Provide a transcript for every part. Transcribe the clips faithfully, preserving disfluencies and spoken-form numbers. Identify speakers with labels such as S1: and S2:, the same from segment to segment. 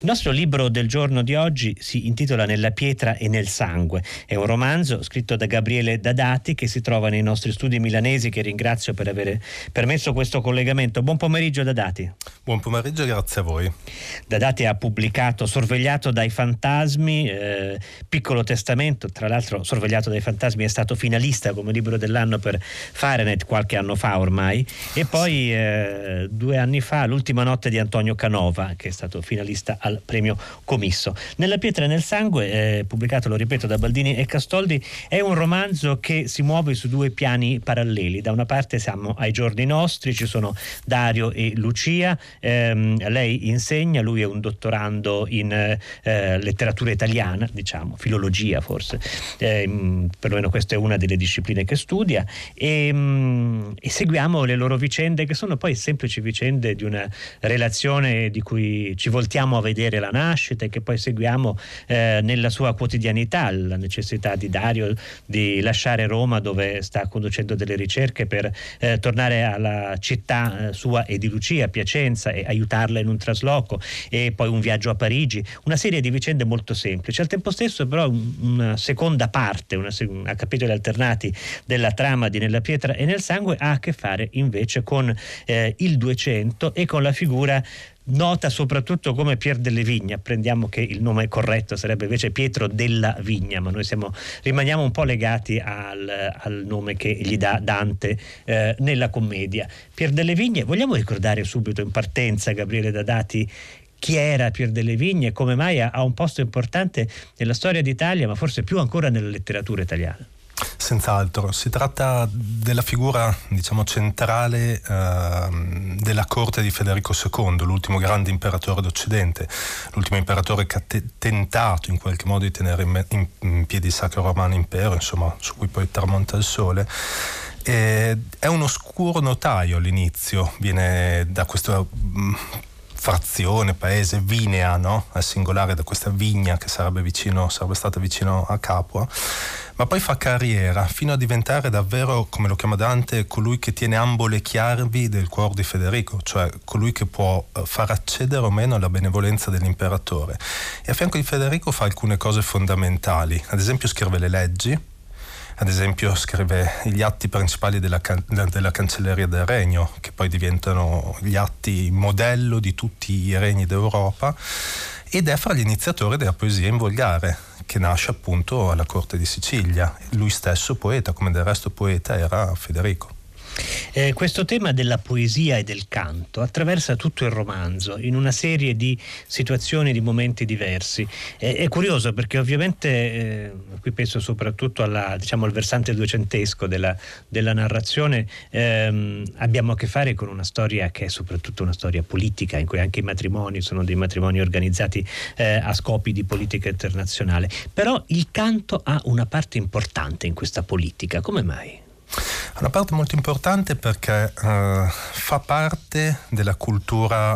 S1: Il nostro libro del giorno di oggi si intitola Nella pietra e nel sangue. È un romanzo scritto da Gabriele Dadati che si trova nei nostri studi milanesi, che ringrazio per aver permesso questo collegamento. Buon pomeriggio Dadati.
S2: Buon pomeriggio, grazie a voi.
S1: Dadati ha pubblicato Sorvegliato dai fantasmi, eh, Piccolo testamento. Tra l'altro Sorvegliato dai fantasmi è stato finalista come libro dell'anno per Fahrenheit qualche anno fa ormai, e poi eh, due anni fa L'ultima notte di Antonio Canova, che è stato finalista al premio Comisso. Nella pietra e nel sangue, eh, pubblicato, lo ripeto, da Baldini e Castoldi, è un romanzo che si muove su due piani paralleli. Da una parte siamo ai giorni nostri, ci sono Dario e Lucia, ehm, lei insegna, lui è un dottorando in eh, letteratura italiana, diciamo, filologia forse, eh, perlomeno questa è una delle discipline che studia, e, mh, e seguiamo le loro vicende, che sono poi semplici vicende di una relazione di cui ci voltiamo a vedere la nascita e che poi seguiamo eh, nella sua quotidianità, la necessità di Dario di lasciare Roma, dove sta conducendo delle ricerche, per eh, tornare alla città eh, sua e di Lucia, Piacenza, e aiutarla in un trasloco, e poi un viaggio a Parigi, una serie di vicende molto semplici. Al tempo stesso però un, una seconda parte, una, a capitoli alternati della trama di Nella pietra e nel sangue, ha a che fare invece con eh, il Duecento e con la figura nota soprattutto come Pier delle Vigne. Apprendiamo che il nome corretto sarebbe invece Pietro della Vigna, ma noi siamo, rimaniamo un po' legati al, al nome che gli dà Dante eh, nella commedia. Pier delle Vigne, vogliamo ricordare subito in partenza, Gabriele Dadati, chi era Pier delle Vigne e come mai ha, ha un posto importante nella storia d'Italia, ma forse più ancora nella letteratura italiana?
S2: Senz'altro, si tratta della figura, diciamo, centrale eh, della corte di Federico secondo, l'ultimo grande imperatore d'Occidente, l'ultimo imperatore che ha te- tentato in qualche modo di tenere in, me- in, in piedi il Sacro Romano Impero, insomma, su cui poi tramonta il sole. E è un oscuro notaio all'inizio, viene da questo mh, frazione, paese, Vinea, no? Al singolare, da questa vigna che sarebbe vicino, sarebbe stata vicino a Capua, ma poi fa carriera fino a diventare davvero, come lo chiama Dante, colui che tiene ambo le chiavi del cuore di Federico, cioè colui che può far accedere o meno alla benevolenza dell'imperatore. E a fianco di Federico fa alcune cose fondamentali, ad esempio scrive le leggi, ad esempio scrive gli atti principali della, can- della cancelleria del regno, che poi diventano gli atti modello di tutti i regni d'Europa, ed è fra gli iniziatori della poesia in volgare, che nasce appunto alla corte di Sicilia. Lui stesso poeta, come del resto poeta era Federico.
S1: Eh, questo tema della poesia e del canto attraversa tutto il romanzo in una serie di situazioni, di momenti diversi. Eh, è curioso perché ovviamente eh, qui penso soprattutto alla, diciamo, al versante duecentesco della, della narrazione. Ehm, abbiamo a che fare con una storia che è soprattutto una storia politica, in cui anche i matrimoni sono dei matrimoni organizzati eh, a scopi di politica internazionale. Però il canto ha una parte importante in questa politica. Come mai?
S2: Una parte molto importante perché uh, fa parte della cultura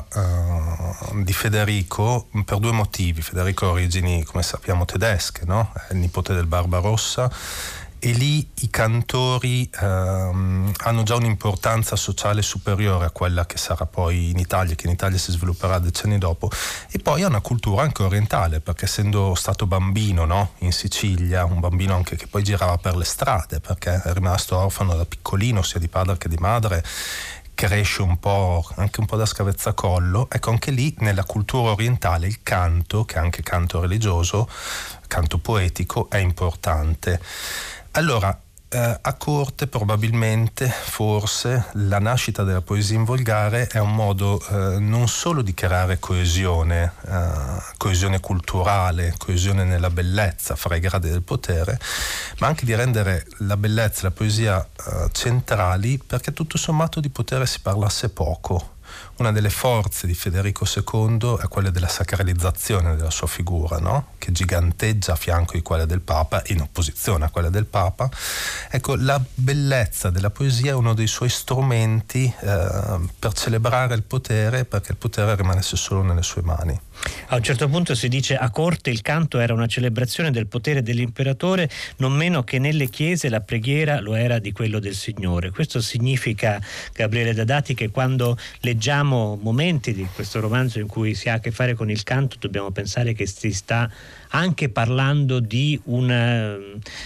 S2: uh, di Federico per due motivi. Federico ha origini, come sappiamo, tedesche, no? È il nipote del Barbarossa, e lì i cantori ehm, hanno già un'importanza sociale superiore a quella che sarà poi in Italia, che in Italia si svilupperà decenni dopo, e poi ha una cultura anche orientale, perché essendo stato bambino, no, in Sicilia, un bambino anche che poi girava per le strade, perché è rimasto orfano da piccolino sia di padre che di madre, cresce un po', anche un po' da scavezzacollo. Ecco, anche lì nella cultura orientale il canto, che è anche canto religioso, canto poetico, è importante. Allora, eh, a corte probabilmente, forse, la nascita della poesia in volgare è un modo eh, non solo di creare coesione, eh, coesione culturale, coesione nella bellezza fra i gradi del potere, ma anche di rendere la bellezza e la poesia eh, centrali, perché tutto sommato di potere si parlasse poco. Una delle forze di Federico secondo è quella della sacralizzazione della sua figura, no? Che giganteggia a fianco di quella del Papa, in opposizione a quella del Papa. Ecco, la bellezza della poesia è uno dei suoi strumenti eh, per celebrare il potere, perché il potere rimanesse solo nelle sue mani.
S1: A un certo punto si dice: a corte il canto era una celebrazione del potere dell'imperatore, non meno che nelle chiese la preghiera lo era di quello del Signore. Questo significa, Gabriele D'Adati, che quando leggiamo momenti di questo romanzo in cui si ha a che fare con il canto dobbiamo pensare che si sta anche parlando di una,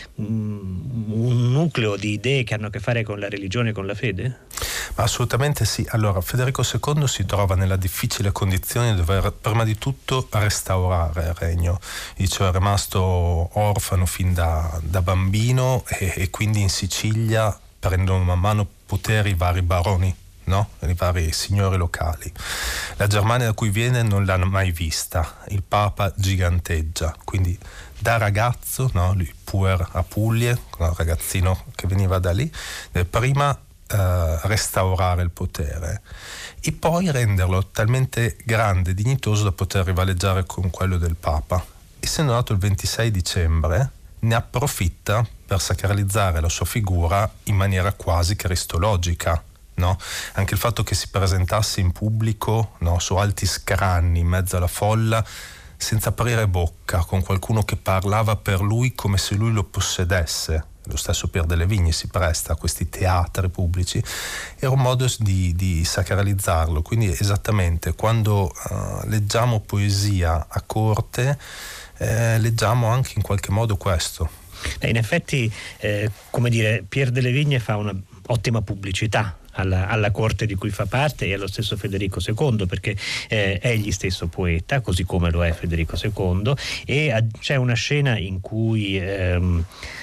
S1: un nucleo di idee che hanno a che fare con la religione e con la fede?
S2: Assolutamente sì. Allora, Federico secondo si trova nella difficile condizione di dover prima di tutto restaurare il regno. Dice, è rimasto orfano fin da, da bambino e, e quindi in Sicilia prendono man mano potere i vari baroni, no? I vari signori locali. La Germania da cui viene non l'hanno mai vista, il Papa giganteggia, quindi da ragazzo, no? Lui puer a Puglie, un ragazzino che veniva da lì, prima eh, restaurare il potere e poi renderlo talmente grande e dignitoso da poter rivaleggiare con quello del Papa. Essendo nato il ventisei dicembre, ne approfitta per sacralizzare la sua figura in maniera quasi cristologica. No? Anche il fatto che si presentasse in pubblico, no? Su alti scranni in mezzo alla folla senza aprire bocca, con qualcuno che parlava per lui come se lui lo possedesse. Lo stesso Pier delle Vigne si presta a questi teatri pubblici, era un modo di, di sacralizzarlo. Quindi esattamente quando uh, leggiamo poesia a corte eh, leggiamo anche in qualche modo questo.
S1: In effetti eh, come dire, Pier delle Vigne fa una ottima pubblicità Alla, alla corte di cui fa parte e allo stesso Federico secondo, perché eh, è egli stesso poeta, così come lo è Federico secondo, e a, c'è una scena in cui ehm,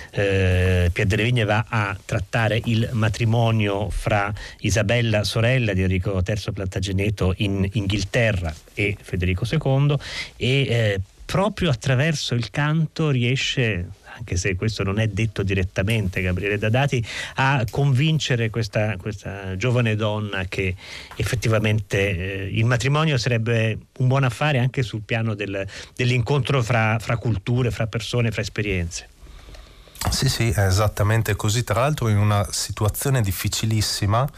S1: eh, Pier delle Vigne va a trattare il matrimonio fra Isabella, sorella di Enrico terzo Plantageneto in Inghilterra, e Federico secondo, e eh, proprio attraverso il canto riesce, anche se questo non è detto direttamente, Gabriele D'Adati, a convincere questa, questa giovane donna che effettivamente eh, il matrimonio sarebbe un buon affare anche sul piano del, dell'incontro fra, fra culture, fra persone, fra esperienze.
S2: Sì, sì, è esattamente così, tra l'altro in una situazione difficilissima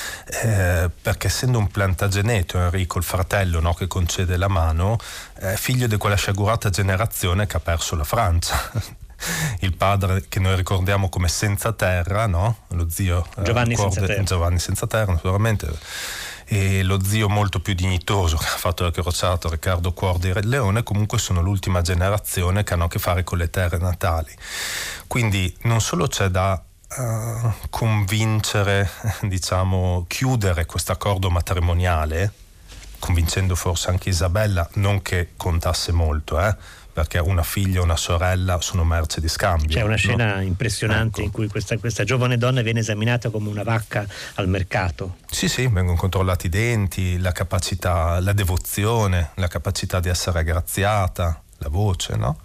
S2: eh, perché essendo un Plantageneto, Enrico il fratello, no, che concede la mano, è figlio di quella sciagurata generazione che ha perso la Francia. Il padre che noi ricordiamo come Senza Terra, no? Lo zio
S1: Giovanni,
S2: eh,
S1: Senza Terra.
S2: Giovanni Senza Terra, naturalmente, e lo zio molto più dignitoso che ha fatto il crociato, Riccardo Cuor di Re Leone, comunque sono l'ultima generazione che hanno a che fare con le terre natali. Quindi non solo c'è da uh, convincere, diciamo, chiudere questo accordo matrimoniale, convincendo forse anche Isabella, non che contasse molto, eh, perché una figlia e una sorella sono merce di scambio.
S1: C'è una scena
S2: no?
S1: impressionante, ecco, in cui questa, questa giovane donna viene esaminata come una vacca al mercato.
S2: Sì, sì, vengono controllati i denti, la capacità, la devozione, la capacità di essere aggraziata, la voce, no?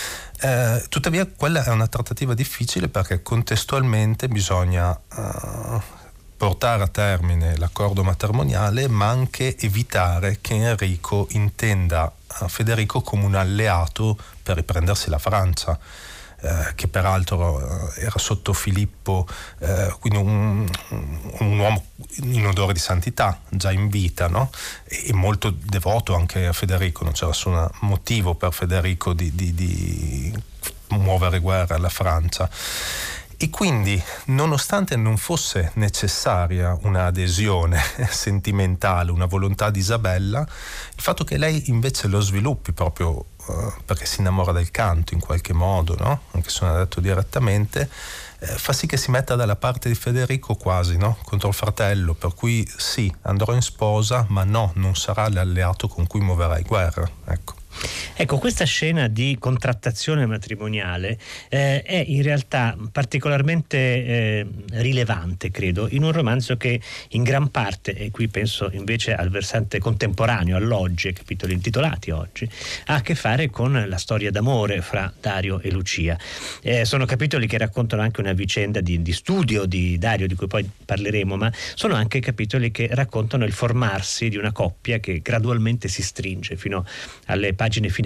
S2: Eh, tuttavia quella è una trattativa difficile perché contestualmente bisogna uh, portare a termine l'accordo matrimoniale, ma anche evitare che Enrico intenda Federico come un alleato per riprendersi la Francia, eh, che peraltro eh, era sotto Filippo, eh, quindi un, un uomo in odore di santità, già in vita, no? E molto devoto anche a Federico, non c'era nessun motivo per Federico di, di, di muovere guerra alla Francia. E quindi, nonostante non fosse necessaria un'adesione sentimentale, una volontà di Isabella, il fatto che lei invece lo sviluppi proprio uh, perché si innamora del canto in qualche modo, no? Anche se non è detto direttamente, eh, fa sì che si metta dalla parte di Federico quasi, no? Contro il fratello, per cui sì, andrò in sposa, ma no, non sarà l'alleato con cui muoverai guerra, ecco.
S1: Ecco, questa scena di contrattazione matrimoniale eh, è in realtà particolarmente eh, rilevante, credo, in un romanzo che in gran parte, e qui penso invece al versante contemporaneo, all'oggi, ai capitoli intitolati Oggi, ha a che fare con la storia d'amore fra Dario e Lucia. Eh, sono capitoli che raccontano anche una vicenda di, di studio di Dario, di cui poi parleremo, ma sono anche capitoli che raccontano il formarsi di una coppia che gradualmente si stringe fino alle pagine finali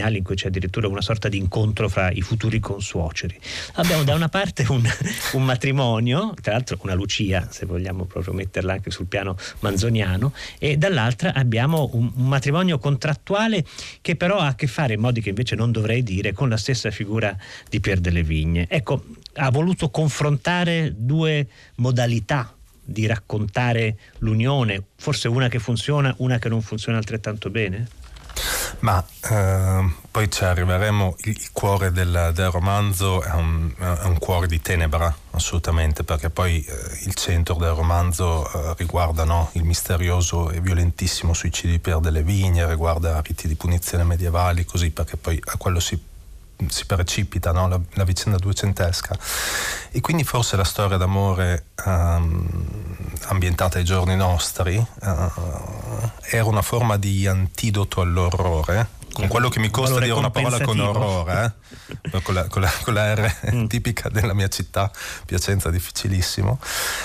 S1: finali in cui c'è addirittura una sorta di incontro fra i futuri consuoceri. Abbiamo da una parte un, un matrimonio, tra l'altro una Lucia, se vogliamo proprio metterla anche sul piano manzoniano, e dall'altra abbiamo un, un matrimonio contrattuale che però ha a che fare, in modi che invece non dovrei dire, con la stessa figura di Pier delle Vigne. Ecco, ha voluto confrontare due modalità di raccontare l'unione, forse una che funziona, una che non funziona altrettanto bene?
S2: Ma eh, poi ci arriveremo. Il, il cuore del, del romanzo è un, è un cuore di tenebra, assolutamente, perché poi eh, il centro del romanzo eh, riguarda, no, il misterioso e violentissimo suicidio di Pier delle Vigne, riguarda riti di punizione medievali, così, perché poi a quello si si precipita, no? la, la vicenda duecentesca, e quindi forse la storia d'amore um, ambientata ai giorni nostri uh, era una forma di antidoto all'orrore, con quello che mi costa dire una parola con orrore, eh? con, la, con, la, con la R mm. tipica della mia città, Piacenza, difficilissimo,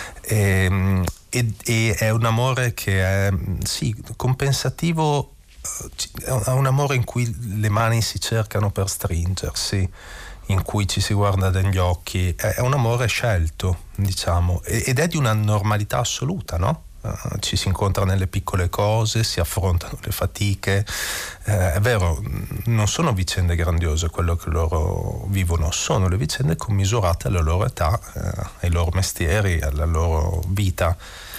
S2: e, e, e è un amore che è, sì, compensativo. È un amore in cui le mani si cercano per stringersi, in cui ci si guarda negli occhi, è un amore scelto, diciamo, ed è di una normalità assoluta, no? Uh, ci si incontra nelle piccole cose, si affrontano le fatiche, uh, è vero, non sono vicende grandiose quello che loro vivono, sono le vicende commisurate alla loro età, uh, ai loro mestieri, alla loro vita.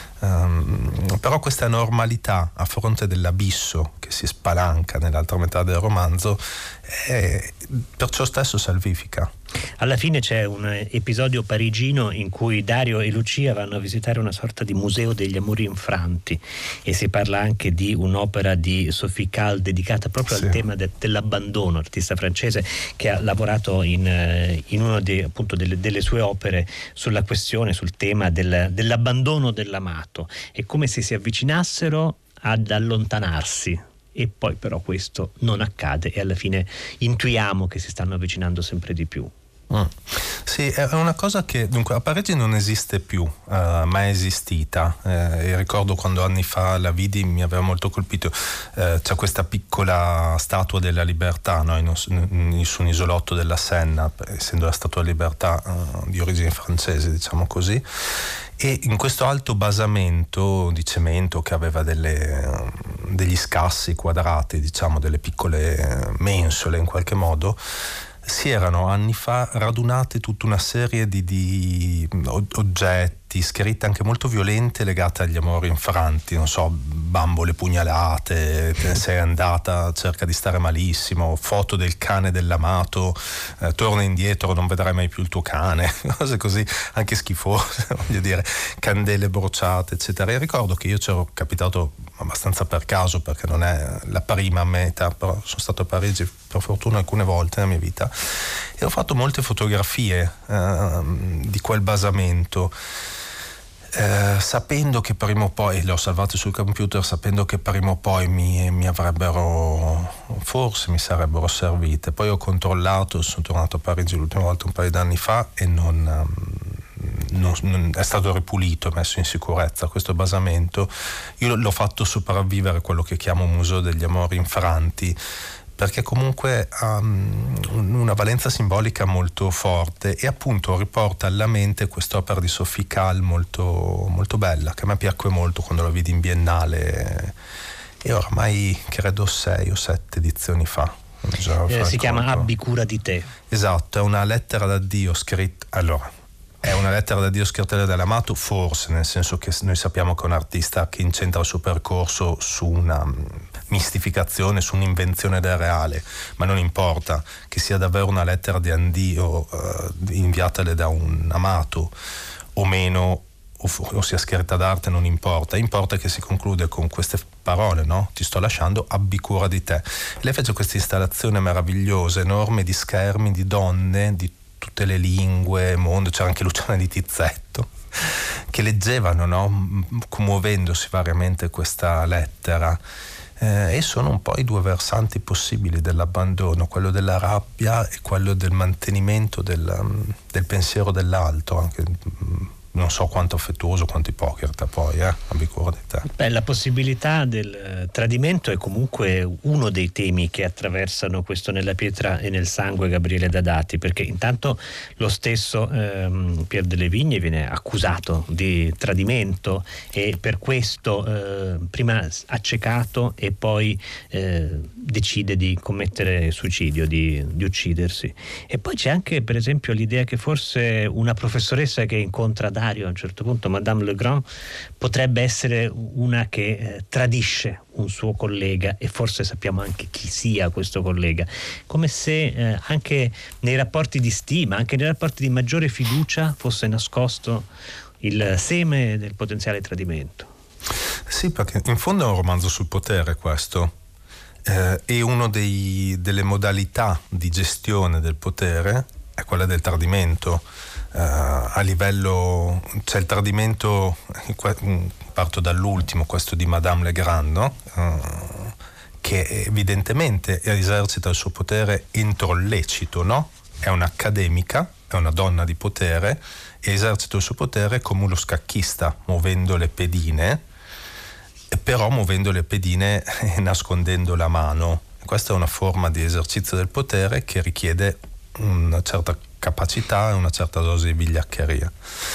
S2: Um, però questa normalità a fronte dell'abisso che si spalanca nell'altra metà del romanzo è perciò stesso salvifica.
S1: Alla fine c'è un episodio parigino in cui Dario e Lucia vanno a visitare una sorta di museo degli amori infranti, e si parla anche di un'opera di Sophie Calle dedicata proprio sì. al tema de- dell'abbandono, artista francese che ha lavorato in, in una de, appunto delle, delle sue opere sulla questione, sul tema del, dell'abbandono dell'amato. È come se si avvicinassero ad allontanarsi, e poi però questo non accade e alla fine intuiamo che si stanno avvicinando sempre di più.
S2: Mm. Sì, è una cosa che dunque a Parigi non esiste più, uh, mai esistita. Eh, ricordo quando anni fa la vidi, mi aveva molto colpito. Eh, c'è questa piccola statua della libertà, no? in, un, in, su un isolotto della Senna, essendo la statua della libertà uh, di origine francese, diciamo così. E in questo alto basamento di cemento che aveva delle, degli scassi quadrati, diciamo delle piccole mensole in qualche modo, si erano anni fa radunate tutta una serie di, di oggetti, scritte anche molto violente legate agli amori infranti, non so, bambole pugnalate, te ne sei andata, cerca di stare malissimo, foto del cane dell'amato, eh, torna indietro, non vedrai mai più il tuo cane, cose così anche schifose, voglio dire, candele bruciate, eccetera. E ricordo che io c'ero capitato abbastanza per caso, perché non è la prima meta, però sono stato a Parigi per fortuna alcune volte nella mia vita e ho fatto molte fotografie eh, di quel basamento, eh, sapendo che prima o poi, le ho salvate sul computer, sapendo che prima o poi mi, mi avrebbero, forse mi sarebbero servite. Poi ho controllato, sono tornato a Parigi l'ultima volta un paio d'anni fa e non... Non, non, è stato ripulito, messo in sicurezza questo basamento. Io l'ho fatto sopravvivere quello che chiamo Museo degli Amori Infranti, perché comunque ha um, una valenza simbolica molto forte e appunto riporta alla mente quest'opera di Sophie Calle molto, molto bella, che a me piacque molto quando la vidi in Biennale, e oramai credo sei o sette edizioni fa.
S1: Eh, si chiama Abbi cura di te.
S2: Esatto, è una lettera d'addio scritta. Allora, è una lettera d'addio scritta dall'amato, forse, nel senso che noi sappiamo che è un artista che incentra il suo percorso su una mistificazione, su un'invenzione del reale, ma non importa che sia davvero una lettera di addio uh, inviatale da un amato o meno, o, o sia scritta d'arte, non importa, importa che si conclude con queste parole, no? Ti sto lasciando, abbi cura di te. E lei fece questa installazione meravigliosa, enorme, di schermi, di donne, di tutte le lingue, mondo, c'era anche Luciana di Tizzetto che leggevano, no? Commuovendosi variamente questa lettera, eh, e sono un po' i due versanti possibili dell'abbandono, quello della rabbia e quello del mantenimento del, del pensiero dell'altro, anche non so quanto affettuoso, quanto ipocrita poi, eh, abbico di te.
S1: Beh, la possibilità del tradimento è comunque uno dei temi che attraversano questo Nella pietra e nel sangue Gabriele D'Adati, perché intanto lo stesso ehm, Pierre delle Vigne viene accusato di tradimento e per questo eh, prima accecato e poi eh, decide di commettere suicidio, di, di uccidersi. E poi c'è anche per esempio l'idea che forse una professoressa che incontra Dario a un certo punto, Madame Legrand, potrebbe essere una che eh, tradisce un suo collega, e forse sappiamo anche chi sia questo collega, come se eh, anche nei rapporti di stima, anche nei rapporti di maggiore fiducia fosse nascosto il seme del potenziale tradimento.
S2: Sì, perché in fondo è un romanzo sul potere questo, eh, e una delle modalità di gestione del potere è quella del tradimento. Uh, a livello, c'è il tradimento, parto dall'ultimo, questo di Madame Legrand, no? uh, che evidentemente esercita il suo potere entro il lecito, no? È un'accademica, è una donna di potere e esercita il suo potere come uno scacchista, muovendo le pedine, però muovendo le pedine e nascondendo la mano. Questa è una forma di esercizio del potere che richiede una certa capacità e una certa dose di vigliaccheria.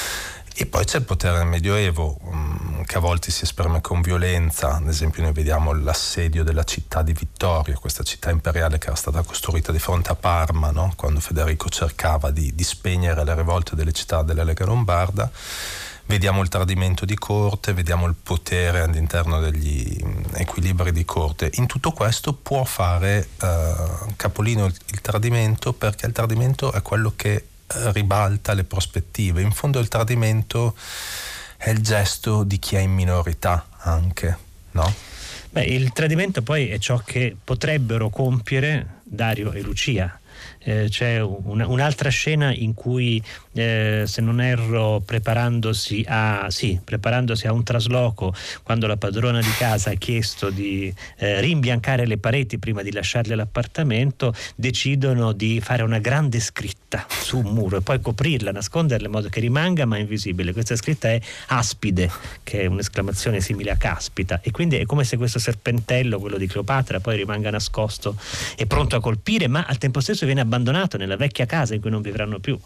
S2: E poi c'è il potere del Medioevo, um, che a volte si esprime con violenza. Ad esempio noi vediamo l'assedio della città di Vittorio, questa città imperiale che era stata costruita di fronte a Parma, no? Quando Federico cercava di, di spegnere le rivolte delle città della Lega Lombarda. Vediamo il tradimento di corte, vediamo il potere all'interno degli equilibri di corte. In tutto questo può fare uh, capolino il, il tradimento, perché il tradimento è quello che uh, ribalta le prospettive. In fondo il tradimento è il gesto di chi è in minorità anche, no?
S1: Beh, il tradimento poi è ciò che potrebbero compiere Dario e Lucia. Eh, c'è un, un'altra scena in cui eh, se non erro preparandosi a sì, preparandosi a un trasloco, quando la padrona di casa ha chiesto di eh, rimbiancare le pareti prima di lasciarle l'appartamento, decidono di fare una grande scritta su un muro e poi coprirla, nasconderla in modo che rimanga ma invisibile. Questa scritta è Aspide, che è un'esclamazione simile a caspita, e quindi è come se questo serpentello, quello di Cleopatra, poi rimanga nascosto e pronto a colpire, ma al tempo stesso viene abbandonato nella vecchia casa in cui non vivranno più.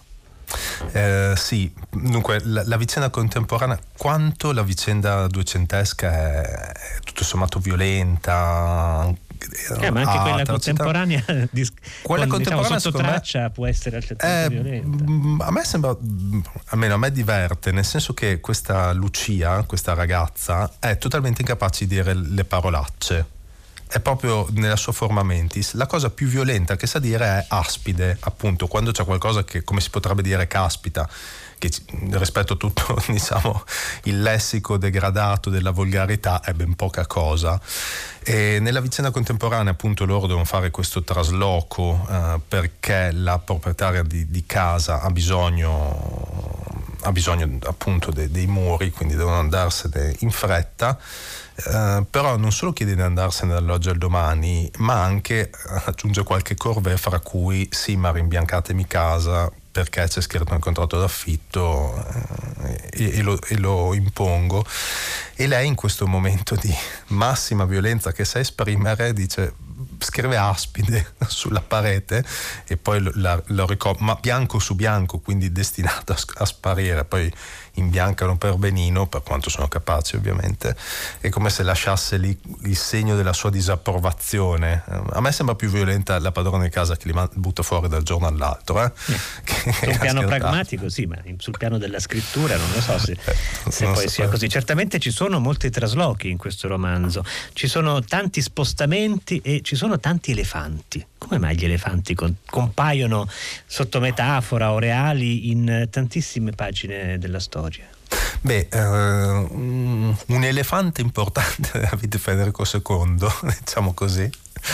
S2: Eh, sì, dunque la, la vicenda contemporanea, quanto la vicenda duecentesca è, è tutto sommato violenta,
S1: eh, ma anche quella contemporanea, dis-
S2: quella
S1: con,
S2: contemporanea
S1: diciamo, sotto traccia me, può essere altrettanto
S2: eh,
S1: violenta.
S2: A me sembra, almeno a me diverte, nel senso che questa Lucia, questa ragazza, è totalmente incapace di dire le parolacce. È proprio nella sua forma mentis. La cosa più violenta che sa dire è aspide, appunto, quando c'è qualcosa che, come si potrebbe dire, caspita, che rispetto a tutto, diciamo, il lessico degradato della volgarità è ben poca cosa. E nella vicenda contemporanea, appunto, loro devono fare questo trasloco eh, perché la proprietaria di, di casa ha bisogno ha bisogno appunto de, dei muri, quindi devono andarsene in fretta. Uh, però non solo chiede di andarsene dall'oggi al domani, ma anche uh, aggiunge qualche corvée, fra cui sì, ma rimbiancatemi casa perché c'è scritto nel contratto d'affitto uh, e, e, lo, e lo impongo. E lei, in questo momento di massima violenza che sa esprimere, dice, scrive aspide sulla parete e poi lo, la, lo ricopre, ma bianco su bianco, quindi destinato a, a sparire. Poi imbiancano per benino, per quanto sono capaci ovviamente, è come se lasciasse lì il segno della sua disapprovazione. A me sembra più violenta la padrona di casa che li butta fuori dal giorno all'altro, eh?
S1: eh, sul piano pragmatico sì, ma sul piano della scrittura non lo so se,
S2: eh,
S1: se poi so sia così. Certamente ci sono molti traslochi in questo romanzo, ci sono tanti spostamenti e ci sono tanti elefanti. Come mai gli elefanti compaiono sotto metafora o reali in tantissime pagine della storia?
S2: Beh, uh, un, un elefante importante della vita di Federico secondo, diciamo così,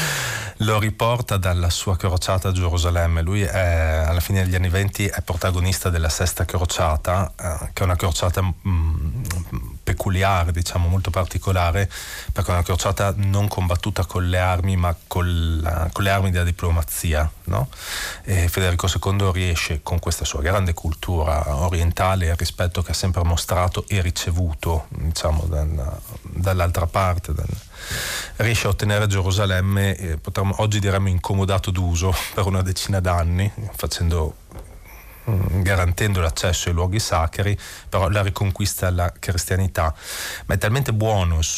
S2: lo riporta dalla sua crociata a Gerusalemme. Lui è, alla fine degli anni venti è protagonista della Sesta Crociata, uh, che è una crociata mh, peculiare, diciamo molto particolare, perché è una crociata non combattuta con le armi ma con, la, con le armi della diplomazia, no? E Federico secondo riesce, con questa sua grande cultura orientale e il rispetto che ha sempre mostrato e ricevuto, diciamo, dal, dall'altra parte, dal, riesce a ottenere Gerusalemme, eh, potremmo, oggi diremmo incomodato d'uso per una decina d'anni, facendo garantendo l'accesso ai luoghi sacri, però la riconquista alla cristianità. Ma è talmente buono il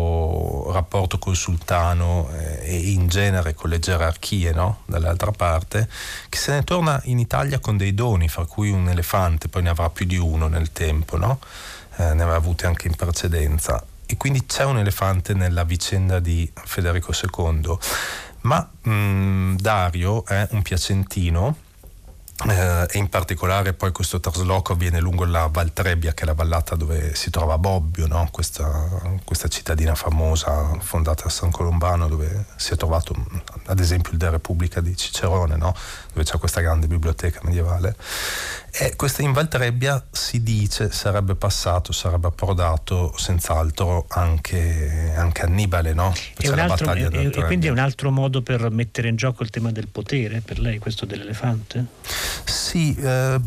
S2: suo rapporto col sultano eh, e in genere con le gerarchie, no? Dall'altra parte, che se ne torna in Italia con dei doni, fra cui un elefante, poi ne avrà più di uno nel tempo, no? Eh, ne aveva avuti anche in precedenza, e quindi c'è un elefante nella vicenda di Federico secondo. Ma mh, Dario è un piacentino, Eh, e in particolare poi questo trasloco avviene lungo la Val Trebbia, che è la vallata dove si trova Bobbio, no? questa, questa cittadina famosa fondata da San Colombano, dove si è trovato ad esempio il De Repubblica di Cicerone, no? Dove c'è questa grande biblioteca medievale. E questa in Val Trebbia si dice sarebbe passato, sarebbe approdato senz'altro anche, anche Annibale, no?
S1: E, un altro, e, e quindi è un altro modo per mettere in gioco il tema del potere per lei, questo dell'elefante?
S2: Sì, eh,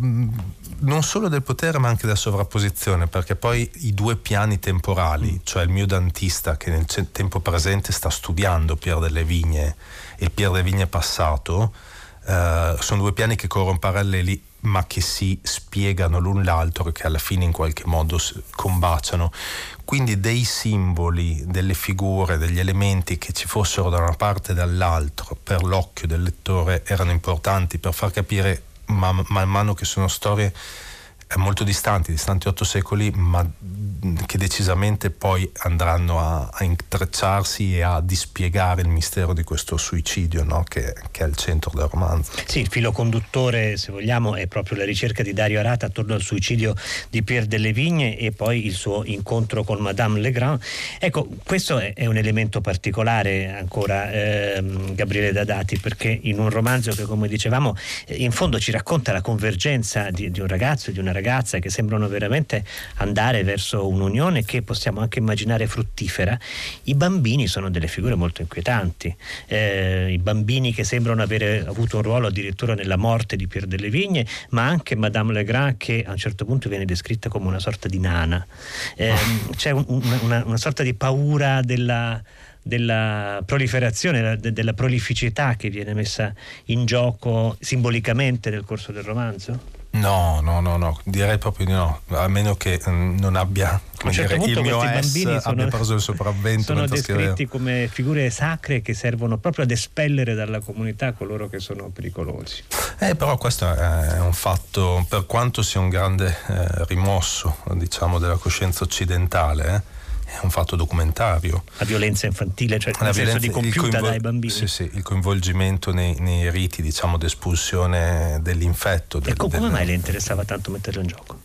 S2: non solo del potere ma anche della sovrapposizione, perché poi i due piani temporali, cioè il mio dantista che nel tempo presente sta studiando Pier delle Vigne e il Pier delle Vigne passato, eh, sono due piani che corrono paralleli ma che si spiegano l'un l'altro e che alla fine in qualche modo combaciano. Quindi dei simboli, delle figure, degli elementi che ci fossero da una parte e dall'altro per l'occhio del lettore erano importanti per far capire man, man mano che sono storie molto distanti, distanti otto secoli, ma che decisamente poi andranno a, a intrecciarsi e a dispiegare il mistero di questo suicidio, no? che, che è al centro del romanzo.
S1: Sì, il filo conduttore, se vogliamo, è proprio la ricerca di Dario Arata attorno al suicidio di Pier delle Vigne e poi il suo incontro con Madame Legrand. Ecco, questo è, è un elemento particolare ancora, ehm, Gabriele Dadati, perché in un romanzo che, come dicevamo, in fondo ci racconta la convergenza di, di un ragazzo e di una ragazza che sembrano veramente andare verso un'unione che possiamo anche immaginare fruttifera. I bambini sono delle figure molto inquietanti, eh, i bambini che sembrano avere avuto un ruolo addirittura nella morte di Pier delle Vigne, ma anche Madame Legrand, che a un certo punto viene descritta come una sorta di nana. Eh, oh. C'è un, una, una sorta di paura della della proliferazione, de, della prolificità che viene messa in gioco simbolicamente nel corso del romanzo?
S2: No, no, no, no, direi proprio di no, a meno che mh, non abbia, come
S1: certo
S2: dire, il mio
S1: questi bambini sono,
S2: abbia preso il sopravvento.
S1: Sono descritti come figure sacre che servono proprio ad espellere dalla comunità coloro che sono pericolosi.
S2: Eh, però questo è un fatto, per quanto sia un grande eh, rimosso, diciamo, della coscienza occidentale, eh, è un fatto documentario.
S1: La violenza infantile, cioè nel senso di compiuta coinvol- dai bambini.
S2: Sì, sì, il coinvolgimento nei, nei riti, diciamo, di espulsione dell'infetto. Del,
S1: ecco, come
S2: del...
S1: mai le interessava tanto metterlo in gioco?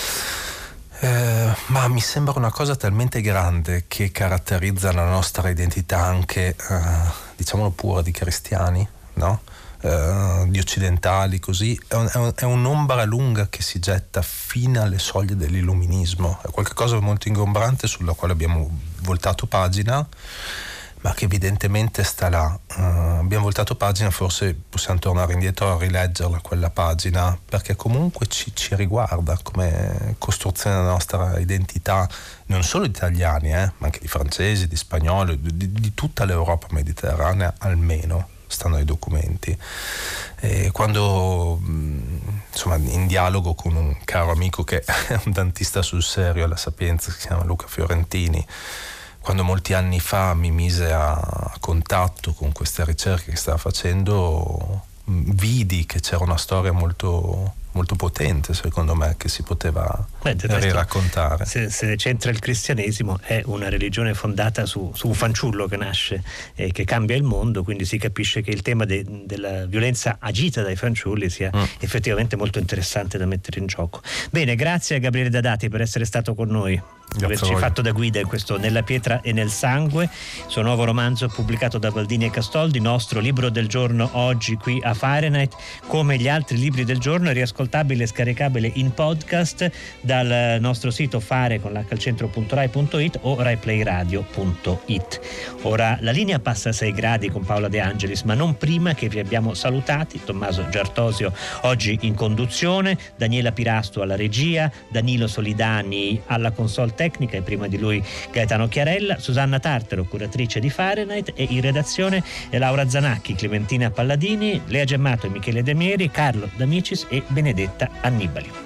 S2: Eh, ma mi sembra una cosa talmente grande che caratterizza la nostra identità anche, eh, diciamolo pure, di cristiani, no? Uh, di occidentali, così è, un, è, un, è un'ombra lunga che si getta fino alle soglie dell'illuminismo, è qualcosa molto ingombrante sulla quale abbiamo voltato pagina, ma che evidentemente sta là. Uh, abbiamo voltato pagina, forse possiamo tornare indietro a rileggerla quella pagina, perché comunque ci, ci riguarda come costruzione della nostra identità, non solo italiani, eh, ma anche di francesi, di spagnoli, di, di tutta l'Europa mediterranea almeno. Stanno ai documenti. E quando insomma in dialogo con un caro amico che è un dantista sul serio alla Sapienza, si chiama Luca Fiorentini, quando molti anni fa mi mise a contatto con queste ricerche che stava facendo, vidi che c'era una storia molto molto potente, secondo me, che si poteva Beh, riraccontare.
S1: Se, se c'entra il cristianesimo, è una religione fondata su, su un fanciullo che nasce e che cambia il mondo, quindi si capisce che il tema de, della violenza agita dai fanciulli sia mm. effettivamente molto interessante da mettere in gioco. Bene, grazie a Gabriele Dadati per essere stato con noi, per averci fatto da guida in questo Nella pietra e nel sangue, suo nuovo romanzo pubblicato da Baldini e Castoldi, nostro libro del giorno oggi qui a Fahrenheit. Come gli altri libri del giorno, riascoltate ascoltabile e scaricabile in podcast dal nostro sito fare con l'acca al centro punto rai punto it o raiplayradio punto it. Ora la linea passa a sei gradi con Paola De Angelis, ma non prima che vi abbiamo salutati. Tommaso Giartosio oggi in conduzione, Daniela Pirasto alla regia, Danilo Solidani alla console tecnica e prima di lui Gaetano Chiarella, Susanna Tartaro, curatrice di Fahrenheit, e in redazione Laura Zanacchi, Clementina Palladini, Lea Gemmato e Michele De Mieri, Carlo D'Amicis e Benedetta Annibali.